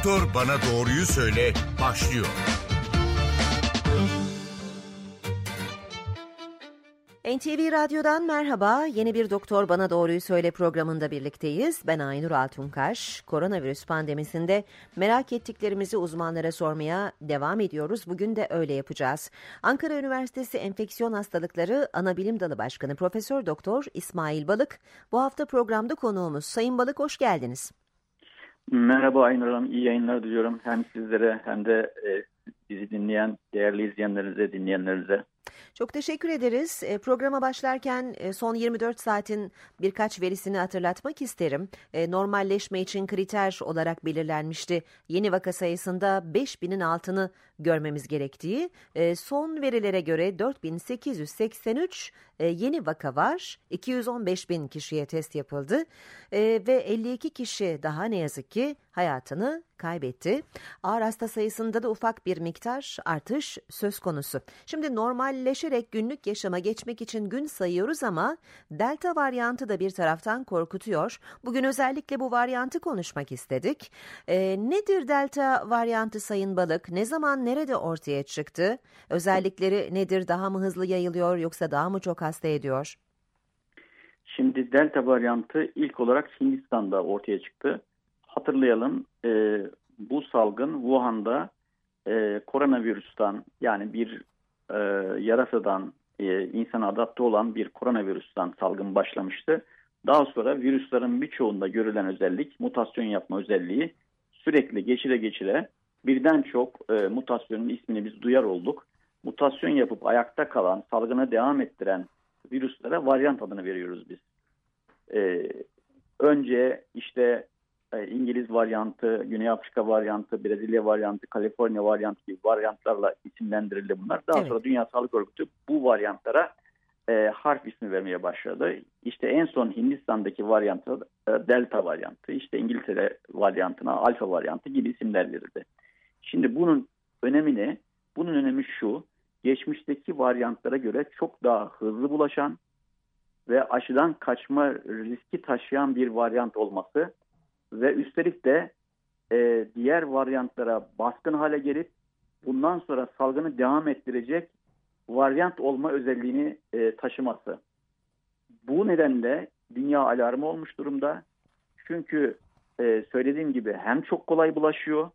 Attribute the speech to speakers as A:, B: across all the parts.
A: Doktor Bana Doğruyu Söyle başlıyor.
B: NTV Radyo'dan merhaba. Yeni bir Doktor Bana Doğruyu Söyle programında birlikteyiz. Ben Aynur Altunkaş. Koronavirüs pandemisinde merak ettiklerimizi uzmanlara sormaya devam ediyoruz. Bugün de öyle yapacağız. Ankara Üniversitesi Enfeksiyon Hastalıkları Anabilim Dalı Başkanı Profesör Doktor İsmail Balık. Bu hafta programda konuğumuz. Sayın Balık, hoş geldiniz.
C: Merhaba Aynur Hanım, iyi yayınlar diliyorum. Hem sizlere hem de bizi dinleyen değerli izleyenlerinize, dinleyenlerinize.
B: Çok teşekkür ederiz. Programa başlarken son 24 saatin birkaç verisini hatırlatmak isterim. Normalleşme için kriter olarak belirlenmişti. Yeni vaka sayısında 5000'in altını görmemiz gerektiği. Son verilere göre 4883 yeni vaka var. 215.000 kişiye test yapıldı. Ve 52 kişi daha ne yazık ki hayatını kaybetti. Ağır hasta sayısında da ufak bir miktar artış söz konusu. Şimdi normalleşerek günlük yaşama geçmek için gün sayıyoruz ama Delta varyantı da bir taraftan korkutuyor. Bugün özellikle bu varyantı konuşmak istedik. Nedir Delta varyantı Sayın Balık? Ne zaman, nerede ortaya çıktı? Özellikleri nedir? Daha mı hızlı yayılıyor yoksa daha mı çok hasta ediyor?
C: Şimdi Delta varyantı ilk olarak Hindistan'da ortaya çıktı. Hatırlayalım, bu salgın Wuhan'da koronavirüsten, yani bir yarasadan insana adapte olan bir koronavirüsten salgın başlamıştı. Daha sonra virüslerin birçoğunda görülen özellik, mutasyon yapma özelliği sürekli geçire birden çok mutasyonun ismini biz duyar olduk. Mutasyon yapıp ayakta kalan, salgına devam ettiren virüslere varyant adını veriyoruz biz. Önce işte İngiliz varyantı, Güney Afrika varyantı, Brezilya varyantı, Kaliforniya varyantı gibi varyantlarla isimlendirildi bunlar. Daha sonra Dünya Sağlık Örgütü bu varyantlara harf ismi vermeye başladı. İşte en son Hindistan'daki varyantı Delta varyantı, işte İngiltere varyantına Alfa varyantı gibi isimler verildi. Şimdi bunun önemi ne? Bunun önemi şu: geçmişteki varyantlara göre çok daha hızlı bulaşan ve aşıdan kaçma riski taşıyan bir varyant olması ve üstelik de diğer varyantlara baskın hale gelip bundan sonra salgını devam ettirecek varyant olma özelliğini taşıması. Bu nedenle dünya alarmı olmuş durumda. Çünkü söylediğim gibi hem çok kolay bulaşıyor,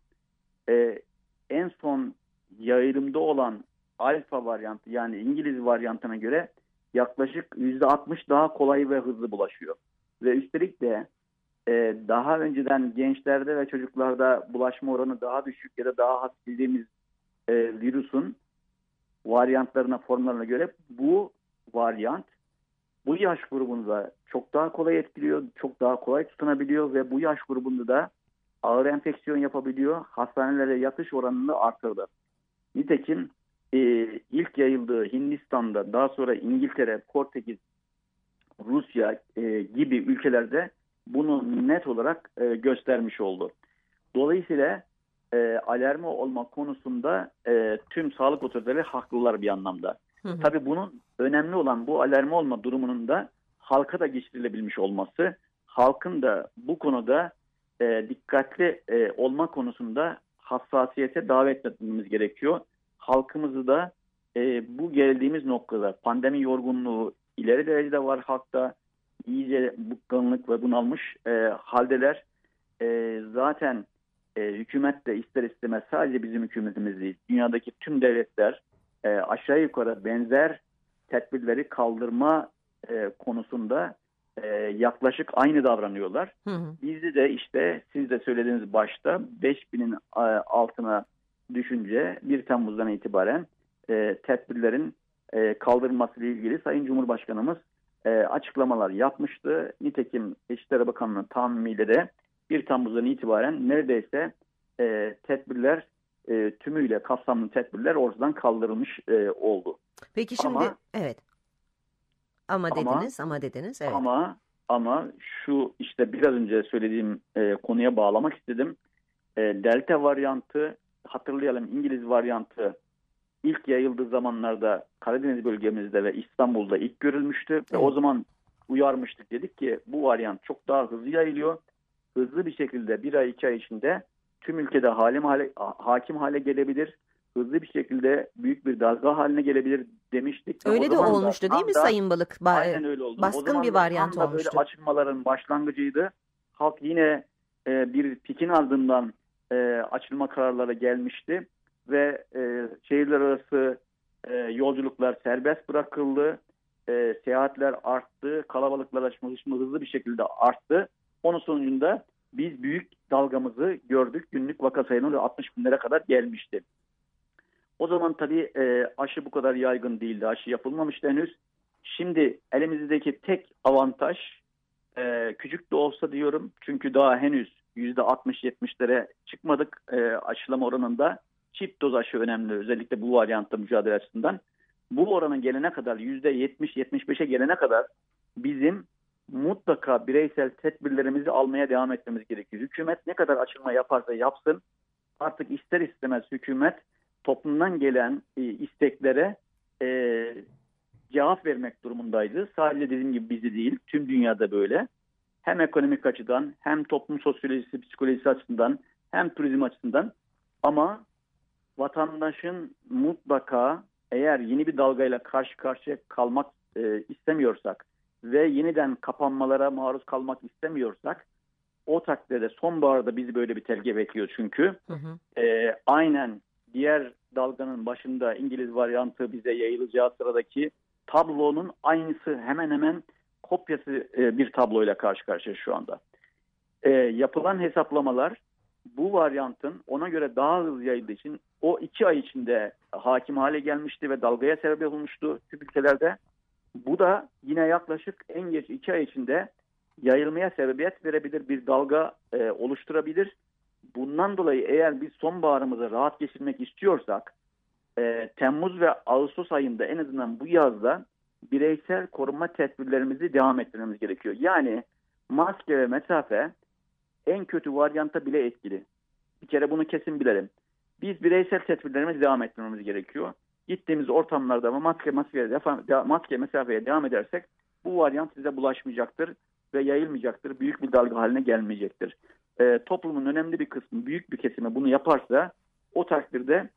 C: en son yayılımda olan alfa varyantı, yani İngiliz varyantına göre yaklaşık %60 daha kolay ve hızlı bulaşıyor. Ve üstelik de daha önceden gençlerde ve çocuklarda bulaşma oranı daha düşük ya da daha az bildiğimiz virüsün varyantlarına, formlarına göre bu varyant bu yaş grubunda çok daha kolay etkiliyor, çok daha kolay tutunabiliyor ve bu yaş grubunda da ağır enfeksiyon yapabiliyor. Hastanelere yatış oranını arttırdı. Nitekim ilk yayıldığı Hindistan'da, daha sonra İngiltere, Portekiz, Rusya gibi ülkelerde bunu net olarak göstermiş oldu. Dolayısıyla alarmı olma konusunda tüm sağlık otoriteleri haklılar bir anlamda. Tabii bunun önemli olan, bu alarmı olma durumunun da halka da geçirilebilmiş olması, halkın da bu konuda dikkatli olma konusunda hassasiyete davet etmemiz gerekiyor. Halkımızı da bu geldiğimiz noktada pandemi yorgunluğu ileri derecede var halkta. İyice bıkkınlık ve bunalmış haldeler. Zaten hükümet de ister istemez, sadece bizim hükümetimiz değil, dünyadaki tüm devletler aşağı yukarı benzer tedbirleri kaldırma konusunda yaklaşık aynı davranıyorlar. Bizde de işte siz de söylediğiniz başta 5000'in altına düşünce 1 Temmuz'dan itibaren tedbirlerin kaldırılması ile ilgili Sayın Cumhurbaşkanımız açıklamalar yapmıştı. Nitekim İçişleri Bakanlığı'nın tahminiyle de 1 Temmuz'dan itibaren neredeyse tedbirler tümüyle kapsamlı tedbirler ortadan kaldırılmış oldu.
B: Peki şimdi ama dediniz. Evet.
C: Ama şu işte biraz önce söylediğim konuya bağlamak istedim. Delta varyantı, hatırlayalım, İngiliz varyantı ilk yayıldığı zamanlarda Karadeniz bölgemizde ve İstanbul'da ilk görülmüştü. Evet. Ve o zaman uyarmıştık, dedik ki bu varyant çok daha hızlı yayılıyor. Hızlı bir şekilde 1 ay 2 ay içinde tüm ülkede hakim hale gelebilir. Hızlı bir şekilde büyük bir dalga haline gelebilir demiştik.
B: Öyle de olmuştu değil mi Sayın Balık?
C: Aynen öyle oldu.
B: Baskın bir varyant
C: tam da
B: olmuştu.
C: böyle açılmaların başlangıcıydı. Halk yine bir pikin ardından açılma kararları gelmişti ve şehirler arası yolculuklar serbest bırakıldı. Seyahatler arttı. Kalabalıklaşma hızlı bir şekilde arttı. Onun sonucunda biz büyük dalgamızı gördük. Günlük vaka sayımı 60 binlere kadar gelmişti. O zaman tabii aşı bu kadar yaygın değildi. Aşı yapılmamıştı henüz. Şimdi elimizdeki tek avantaj küçük de olsa diyorum. Çünkü daha henüz %60-70'lere çıkmadık aşılama oranında. Çift doz aşı önemli. Özellikle bu varyantta mücadele açısından. Bu orana gelene kadar %70-75'e gelene kadar bizim mutlaka bireysel tedbirlerimizi almaya devam etmemiz gerekiyor. Hükümet ne kadar açılma yaparsa yapsın artık ister istemez hükümet toplumdan gelen isteklere cevap vermek durumundaydı. Sadece dediğim gibi bizi değil, tüm dünyada böyle. Hem ekonomik açıdan, hem toplum sosyolojisi, psikolojisi açısından, hem turizm açısından. Ama vatandaşın mutlaka eğer yeni bir dalgayla karşı karşıya kalmak istemiyorsak ve yeniden kapanmalara maruz kalmak istemiyorsak, o takdirde sonbaharda bizi böyle bir telge bekliyor çünkü. Aynen diğer dalganın başında İngiliz varyantı bize yayılacağı sıradaki tablonun aynısı, hemen hemen kopyası bir tabloyla karşı karşıya şu anda. Yapılan hesaplamalar bu varyantın ona göre daha hızlı yayıldığı için o 2 ay içinde hakim hale gelmişti ve dalgaya sebep olmuştu tüm ülkelerde. Bu da yine yaklaşık en geç 2 ay içinde yayılmaya sebebiyet verebilir, bir dalga oluşturabilir. Bundan dolayı eğer biz sonbaharımızı rahat geçirmek istiyorsak Temmuz ve Ağustos ayında en azından bu yazda bireysel korunma tedbirlerimizi devam ettirmemiz gerekiyor. Yani maske ve mesafe en kötü varyanta bile etkili. Bir kere bunu kesin bilelim. Biz bireysel tedbirlerimizi devam ettirmemiz gerekiyor. Gittiğimiz ortamlarda maske mesafeye devam edersek bu varyant size bulaşmayacaktır ve yayılmayacaktır. Büyük bir dalga haline gelmeyecektir. Toplumun önemli bir kısmı, büyük bir kesimi bunu yaparsa o takdirde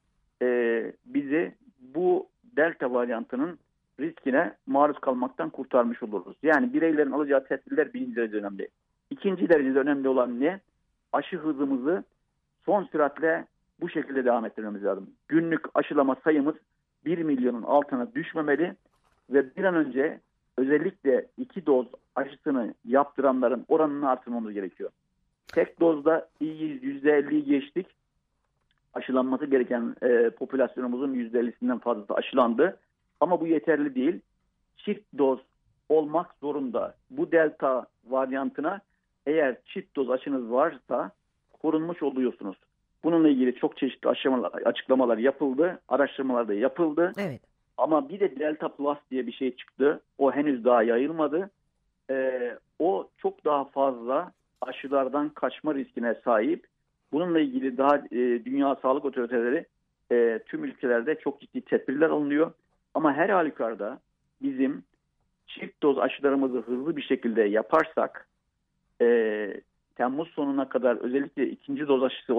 C: bizi bu delta varyantının riskine maruz kalmaktan kurtarmış oluruz. Yani bireylerin alacağı tedbirler birinci derece önemli. İkinci derecede önemli olan ne? Aşı hızımızı son süratle bu şekilde devam ettirmemiz lazım. Günlük aşılama sayımız 1 milyonun altına düşmemeli ve bir an önce özellikle 2 doz aşısını yaptıranların oranını artırmamız gerekiyor. Tek dozda iyiyiz, %50'yi geçtik. Aşılanması gereken popülasyonumuzun %50'sinden fazlası aşılandı. Ama bu yeterli değil. Çift doz olmak zorunda. Bu delta varyantına eğer çift doz aşınız varsa korunmuş oluyorsunuz. Bununla ilgili çok çeşitli açıklamalar yapıldı. Araştırmalar da yapıldı.
B: Evet.
C: Ama bir de Delta Plus diye bir şey çıktı. O henüz daha yayılmadı. O çok daha fazla aşılardan kaçma riskine sahip. Bununla ilgili daha Dünya Sağlık Otoriteleri tüm ülkelerde çok ciddi tedbirler alınıyor. Ama her halükarda bizim çift doz aşılarımızı hızlı bir şekilde yaparsak Temmuz sonuna kadar özellikle ikinci doz aşısı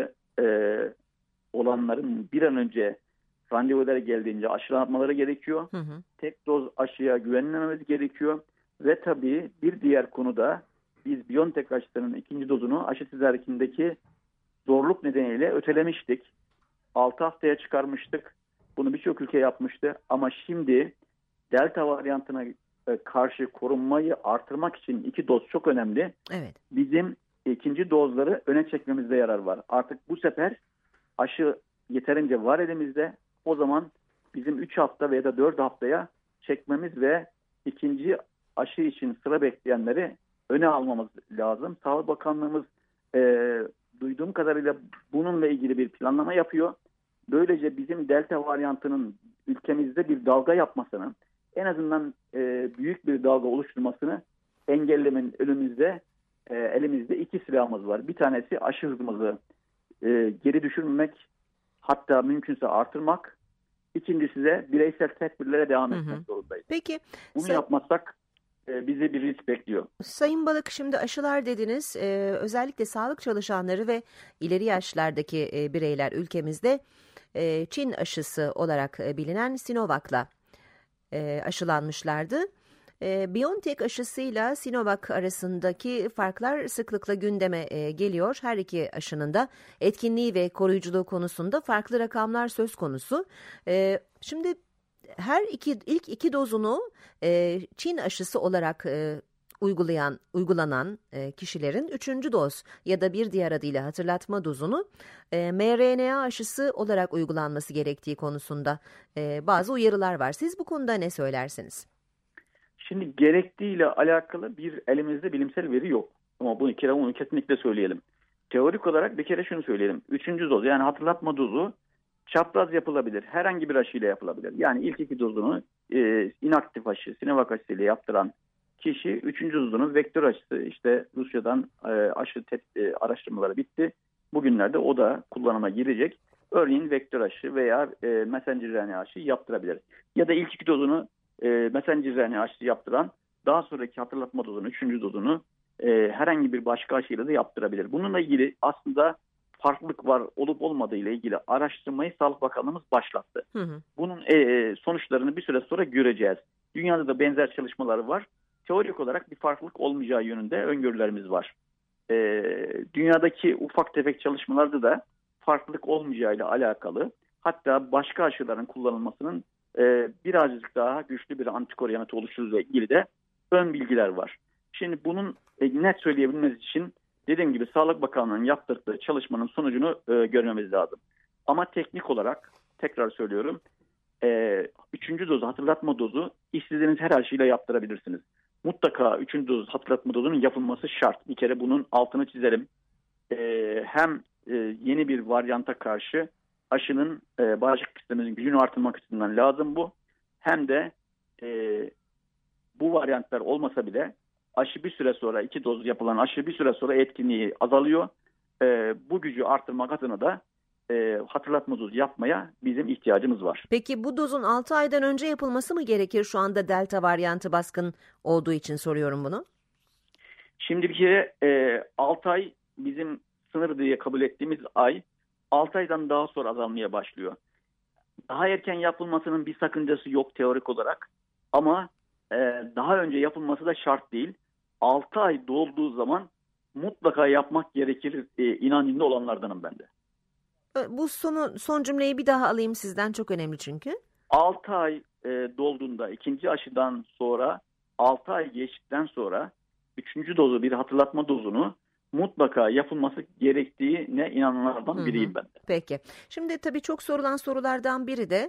C: olanların bir an önce randevulara geldiğince aşılanmaları gerekiyor. Tek doz aşıya güvenmememiz gerekiyor. Ve tabii bir diğer konu da biz BioNTech aşısının ikinci dozunu aşı tedarikindeki zorluk nedeniyle ötelemiştik. 6 haftaya çıkarmıştık. Bunu birçok ülke yapmıştı. Ama şimdi delta varyantına karşı korunmayı artırmak için 2 doz çok önemli.
B: Evet.
C: Bizim ikinci dozları öne çekmemizde yarar var. Artık bu sefer aşı yeterince var elimizde. O zaman bizim 3 hafta veya da 4 haftaya çekmemiz ve ikinci aşı için sıra bekleyenleri öne almamız lazım. Sağlık Bakanlığımız duyduğum kadarıyla bununla ilgili bir planlama yapıyor. Böylece bizim delta varyantının ülkemizde bir dalga yapmasını, en azından büyük bir dalga oluşturmasını engellemenin elimizde 2 silahımız var. Bir tanesi aşı hızımızı geri düşürmemek, hatta mümkünse artırmak. İkincisi de bireysel tedbirlere devam etmek zorundayız.
B: Peki.
C: Bunu yapmazsak bizi bir risk bekliyor.
B: Sayın Balık, şimdi aşılar dediniz. Özellikle sağlık çalışanları ve ileri yaşlardaki bireyler ülkemizde Çin aşısı olarak bilinen Sinovac'la aşılanmışlardı. BioNTech aşısıyla Sinovac arasındaki farklar sıklıkla gündeme geliyor. Her iki aşının da etkinliği ve koruyuculuğu konusunda farklı rakamlar söz konusu. Şimdi ilk iki dozunu Çin aşısı olarak uygulanan kişilerin 3. doz ya da bir diğer adıyla hatırlatma dozunu mRNA aşısı olarak uygulanması gerektiği konusunda bazı uyarılar var. Siz bu konuda ne söylersiniz?
C: Şimdi gerektiğiyle alakalı bir elimizde bilimsel veri yok. Ama bunu kesinlikle söyleyelim. Teorik olarak bir kere şunu söyleyelim. 3. doz, yani hatırlatma dozu çapraz yapılabilir. Herhangi bir aşıyla yapılabilir. Yani ilk 2 dozunu inaktif aşı, Sinovac aşısıyla yaptıran kişi 3. dozunu vektör aşısı, işte Rusya'dan aşı araştırmaları bitti. Bugünlerde o da kullanıma girecek. Örneğin vektör aşı veya messenger RNA aşı yaptırabilir. Ya da ilk 2 dozunu messenger RNA aşısı yaptıran daha sonraki hatırlatma dozunu, 3. dozunu herhangi bir başka aşıyla da yaptırabilir. Bununla ilgili aslında farklılık var olup olmadığı ile ilgili araştırmayı Sağlık Bakanlığımız başlattı. Bunun sonuçlarını bir süre sonra göreceğiz. Dünyada da benzer çalışmaları var. Teorik olarak bir farklılık olmayacağı yönünde öngörülerimiz var. Dünyadaki ufak tefek çalışmalarda da farklılık olmayacağıyla alakalı, hatta başka aşıların kullanılmasının birazcık daha güçlü bir antikor yanıtı oluşturduğuyla ilgili de ön bilgiler var. Şimdi bunun net söyleyebilmemiz için dediğim gibi Sağlık Bakanlığı'nın yaptırdığı çalışmanın sonucunu görmemiz lazım. Ama teknik olarak tekrar söylüyorum, 3. dozu, hatırlatma dozu istediğiniz her aşıyla yaptırabilirsiniz. Mutlaka 3. doz hatırlatma dozunun yapılması şart. Bir kere bunun altını çizelim. Hem yeni bir varyanta karşı aşının bağışıklık sistemimizin gücünü artırmak açısından lazım bu. Hem de bu varyantlar olmasa bile aşı bir süre sonra, 2 doz yapılan aşı bir süre sonra etkinliği azalıyor. Bu gücü artırmak adına da hatırlatma dozu yapmaya bizim ihtiyacımız var.
B: Peki bu dozun 6 aydan önce yapılması mı gerekir? Şu anda delta varyantı baskın olduğu için soruyorum bunu.
C: Şimdi bir kere 6 ay bizim sınır diye kabul ettiğimiz ay, 6 aydan daha sonra azalmaya başlıyor. Daha erken yapılmasının bir sakıncası yok teorik olarak, ama daha önce yapılması da şart değil. 6 ay dolduğu zaman mutlaka yapmak gerekir inancında olanlardanım ben de.
B: Bu son cümleyi bir daha alayım sizden, çok önemli çünkü.
C: 6 ay dolduğunda, ikinci aşıdan sonra 6 ay geçtikten sonra 3. dozu, bir hatırlatma dozunu mutlaka yapılması gerektiğine inananlardan biriyim ben de.
B: Peki. Şimdi tabii çok sorulan sorulardan biri de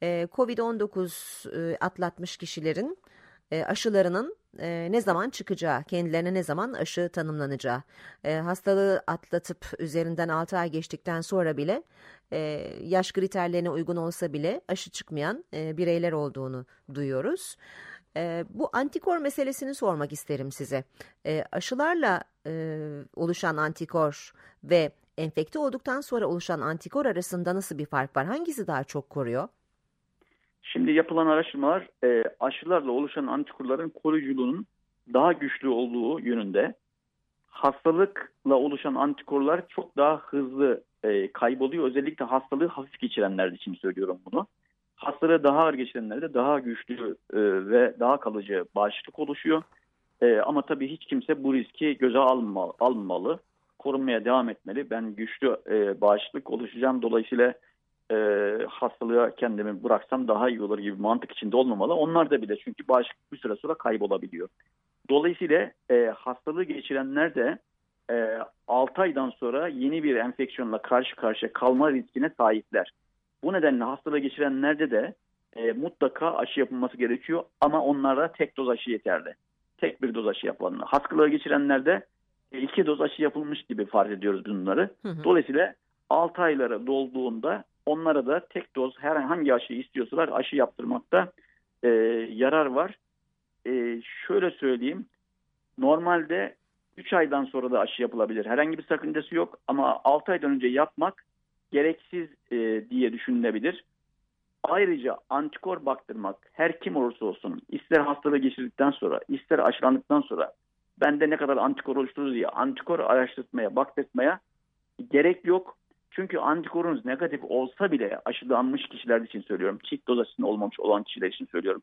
B: COVID-19 atlatmış kişilerin aşılarının ne zaman çıkacağı, kendilerine ne zaman aşı tanımlanacağı. Hastalığı atlatıp üzerinden 6 ay geçtikten sonra bile yaş kriterlerine uygun olsa bile aşı çıkmayan bireyler olduğunu duyuyoruz. Bu antikor meselesini sormak isterim size. Aşılarla oluşan antikor ve enfekte olduktan sonra oluşan antikor arasında nasıl bir fark var? Hangisi daha çok koruyor?
C: Şimdi yapılan araştırmalar aşılarla oluşan antikorların koruyuculuğunun daha güçlü olduğu yönünde. Hastalıkla oluşan antikorlar çok daha hızlı kayboluyor. Özellikle hastalığı hafif geçirenler için söylüyorum bunu. Hastalığı daha ağır geçirenlerde daha güçlü ve daha kalıcı bağışıklık oluşuyor. Ama tabii hiç kimse bu riski göze almamalı. Korunmaya devam etmeli. Ben güçlü bağışıklık oluşacağım, dolayısıyla hastalığa kendimi bıraksam daha iyi olur gibi mantık içinde olmamalı. Onlar da bile, çünkü bağışıklık bir süre sonra kaybolabiliyor. Dolayısıyla hastalığı geçirenler de 6 aydan sonra yeni bir enfeksiyonla karşı karşıya kalma riskine sahipler. Bu nedenle hastalığı geçirenlerde de mutlaka aşı yapılması gerekiyor, ama onlara tek doz aşı yeterli. Tek bir doz aşı yapılanlar. Hastalığı geçirenlerde 2 doz aşı yapılmış gibi farz ediyoruz bunları. Dolayısıyla 6 ayları dolduğunda onlara da tek doz herhangi aşıyı istiyorsalar aşı yaptırmakta yarar var. Şöyle söyleyeyim, normalde 3 aydan sonra da aşı yapılabilir. Herhangi bir sakıncası yok, ama 6 aydan önce yapmak gereksiz diye düşünülebilir. Ayrıca antikor baktırmak her kim olursa olsun, ister hastalığı geçirdikten sonra, ister aşılandıktan sonra bende ne kadar antikor oluşturur diye antikor araştırmaya, baktırmaya gerek yok. Çünkü antikorunuz negatif olsa bile, aşılanmış kişiler için söylüyorum, çift doz aşısının olmamış olan kişiler için söylüyorum,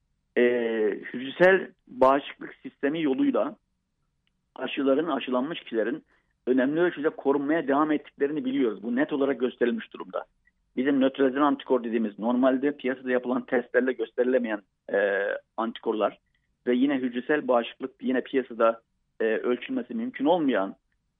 C: hücresel bağışıklık sistemi yoluyla aşılanmış kişilerin önemli ölçüde korunmaya devam ettiklerini biliyoruz. Bu net olarak gösterilmiş durumda. Bizim nötralizan antikor dediğimiz, normalde piyasada yapılan testlerle gösterilemeyen antikorlar ve yine hücresel bağışıklık, yine piyasada ölçülmesi mümkün olmayan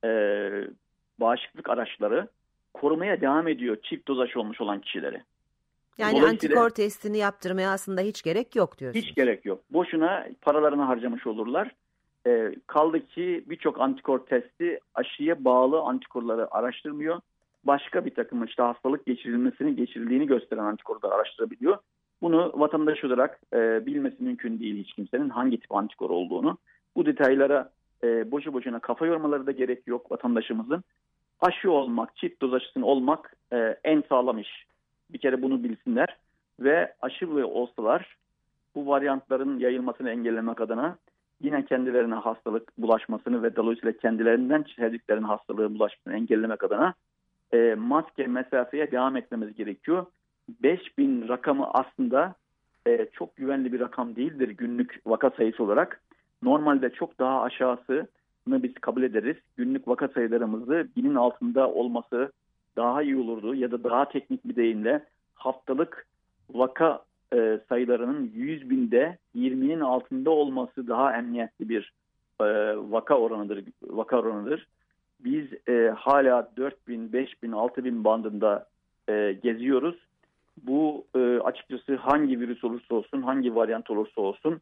C: bağışıklık araçları korumaya devam ediyor çift doz aşı olmuş olan kişileri.
B: Yani antikor testini yaptırmaya aslında hiç gerek yok diyorsunuz.
C: Hiç gerek yok. Boşuna paralarını harcamış olurlar. Kaldı ki birçok antikor testi aşıya bağlı antikorları araştırmıyor. Başka bir takım işte hastalık geçirildiğini gösteren antikorları araştırabiliyor. Bunu vatandaş olarak bilmesi mümkün değil hiç kimsenin hangi tip antikor olduğunu. Bu detaylara boşu boşuna kafa yormaları da gerek yok vatandaşımızın. Aşı olmak, çift doz aşısının olmak en sağlam iş. Bir kere bunu bilsinler ve aşı olsalar bu varyantların yayılmasını engellemek adına yine kendilerine hastalık bulaşmasını ve dolayısıyla kendilerinden çekirdiklerinin hastalığı bulaşmasını engellemek adına maske, mesafeye devam etmemiz gerekiyor. 5000 rakamı aslında çok güvenli bir rakam değildir günlük vaka sayısı olarak. Normalde çok daha aşağısını biz kabul ederiz. Günlük vaka sayılarımızı 1000'in altında olması daha iyi olurdu ya da daha teknik bir deyimle haftalık vaka sayılarının 100.000'de 20'nin altında olması daha emniyetli bir vaka oranıdır. Biz hala 4.000, 5.000, 6.000 bandında geziyoruz. Bu açıkçası hangi virüs olursa olsun, hangi varyant olursa olsun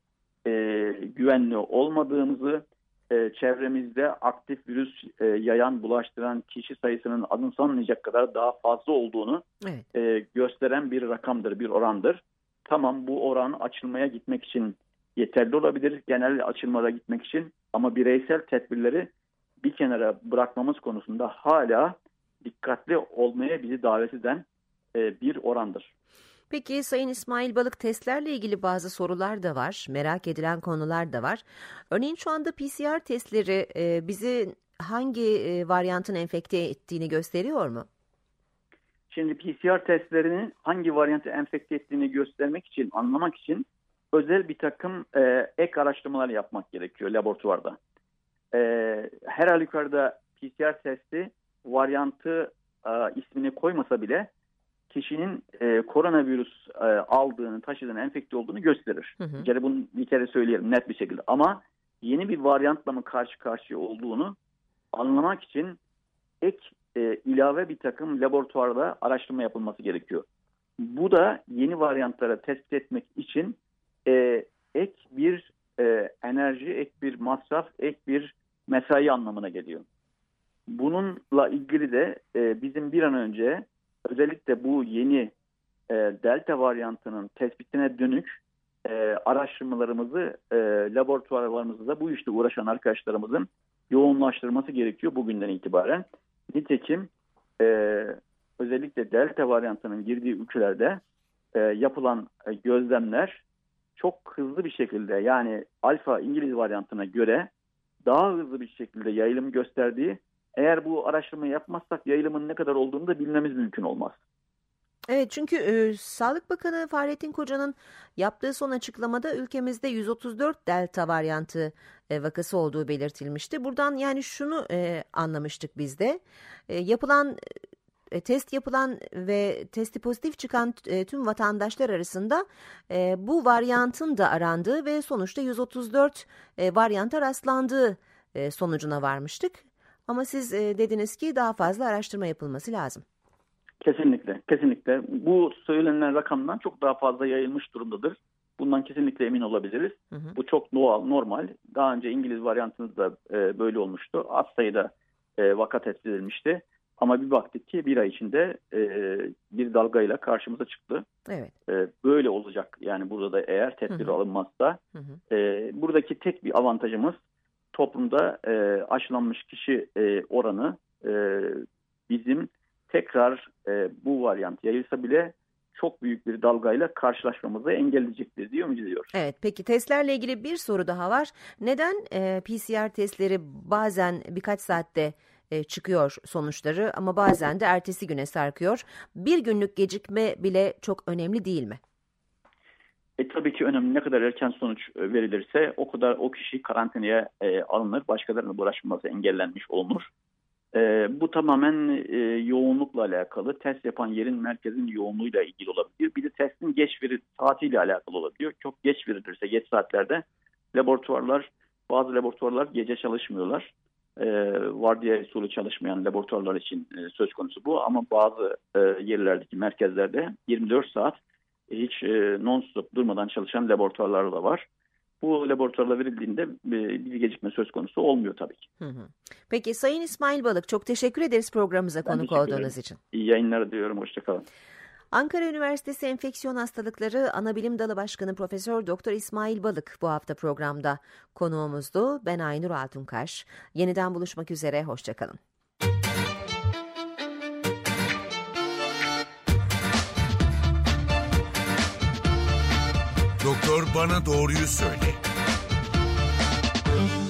C: güvenli olmadığımızı, çevremizde aktif virüs yayan, bulaştıran kişi sayısının anımsanmayacak kadar daha fazla olduğunu gösteren bir rakamdır, bir orandır. Tamam, bu oran açılmaya gitmek için yeterli olabilir, genel açılmaya gitmek için, ama bireysel tedbirleri bir kenara bırakmamız konusunda hala dikkatli olmaya bizi davet eden bir orandır.
B: Peki Sayın İsmail Balık, testlerle ilgili bazı sorular da var, merak edilen konular da var. Örneğin şu anda PCR testleri bizi hangi varyantın enfekte ettiğini gösteriyor mu?
C: Şimdi PCR testlerinin hangi varyantı enfekte ettiğini göstermek için, anlamak için özel bir takım ek araştırmalar yapmak gerekiyor laboratuvarda. Her halükarda PCR testi varyantı ismini koymasa bile kişinin koronavirüs aldığını, taşıdığını, enfekte olduğunu gösterir. Bir kere söyleyelim net bir şekilde. Ama yeni bir varyantla mı karşı karşıya olduğunu anlamak için ek ilave bir takım laboratuvarda araştırma yapılması gerekiyor. Bu da yeni varyantlara tespit etmek için ek bir enerji, ek bir masraf, ek bir mesai anlamına geliyor. Bununla ilgili de bizim bir an önce özellikle bu yeni delta varyantının tespitine dönük araştırmalarımızı, laboratuvarlarımızda bu işte uğraşan arkadaşlarımızın yoğunlaştırması gerekiyor bugünden itibaren. Nitekim özellikle delta varyantının girdiği ülkelerde yapılan gözlemler çok hızlı bir şekilde, yani alfa İngiliz varyantına göre daha hızlı bir şekilde yayılım gösterdiği, eğer bu araştırmayı yapmazsak yayılımın ne kadar olduğunu da bilmemiz mümkün olmaz.
B: Evet, çünkü Sağlık Bakanı Fahrettin Koca'nın yaptığı son açıklamada ülkemizde 134 delta varyantı vakası olduğu belirtilmişti. Buradan yani şunu anlamıştık biz de. Test yapılan ve testi pozitif çıkan tüm vatandaşlar arasında bu varyantın da arandığı ve sonuçta 134 varyanta rastlandığı sonucuna varmıştık. Ama siz dediniz ki daha fazla araştırma yapılması lazım.
C: Kesinlikle, kesinlikle. Bu söylenen rakamdan çok daha fazla yayılmış durumdadır. Bundan kesinlikle emin olabiliriz. Bu çok doğal, normal. Daha önce İngiliz varyantında da böyle olmuştu. Az sayıda vaka tespit edilmişti. Ama bir baktık ki bir ay içinde bir dalgayla karşımıza çıktı.
B: Evet.
C: Böyle olacak. Yani burada da eğer tedbir alınmazsa. Buradaki tek bir avantajımız toplumda aşılanmış kişi oranı bizim tekrar bu varyant yayılsa bile çok büyük bir dalgayla karşılaşmamızı engelleyecektir diye ümit ediyoruz.
B: Evet, peki testlerle ilgili bir soru daha var. Neden PCR testleri bazen birkaç saatte çıkıyor sonuçları ama bazen de ertesi güne sarkıyor? Bir günlük gecikme bile çok önemli değil mi?
C: Tabii ki önemli. Ne kadar erken sonuç verilirse o kadar o kişi karantinaya alınır, başkalarına bulaşması engellenmiş olunur. Bu tamamen yoğunlukla alakalı. Test yapan yerin, merkezin yoğunluğuyla ilgili olabilir. Bir de testin geç saatiyle alakalı olabiliyor. Çok geç verilirse, geç saatlerde bazı laboratuvarlar gece çalışmıyorlar. Vardiya usulü çalışmayan laboratuvarlar için söz konusu bu. Ama bazı yerlerdeki merkezlerde 24 saat hiç non-stop durmadan çalışan laboratuvarlar da var. Bu laboratuvarla verildiğinde bir gecikme söz konusu olmuyor tabii ki.
B: Peki Sayın İsmail Balık, çok teşekkür ederiz programımıza konuk olduğunuz için.
C: İyi yayınlar diliyorum. Hoşçakalın.
B: Ankara Üniversitesi Enfeksiyon Hastalıkları Anabilim Dalı Başkanı Profesör Doktor İsmail Balık bu hafta programda konuğumuzdu. Ben Aynur Altunkaş. Yeniden buluşmak üzere. Hoşçakalın.
A: Doktor bana doğruyu söyle.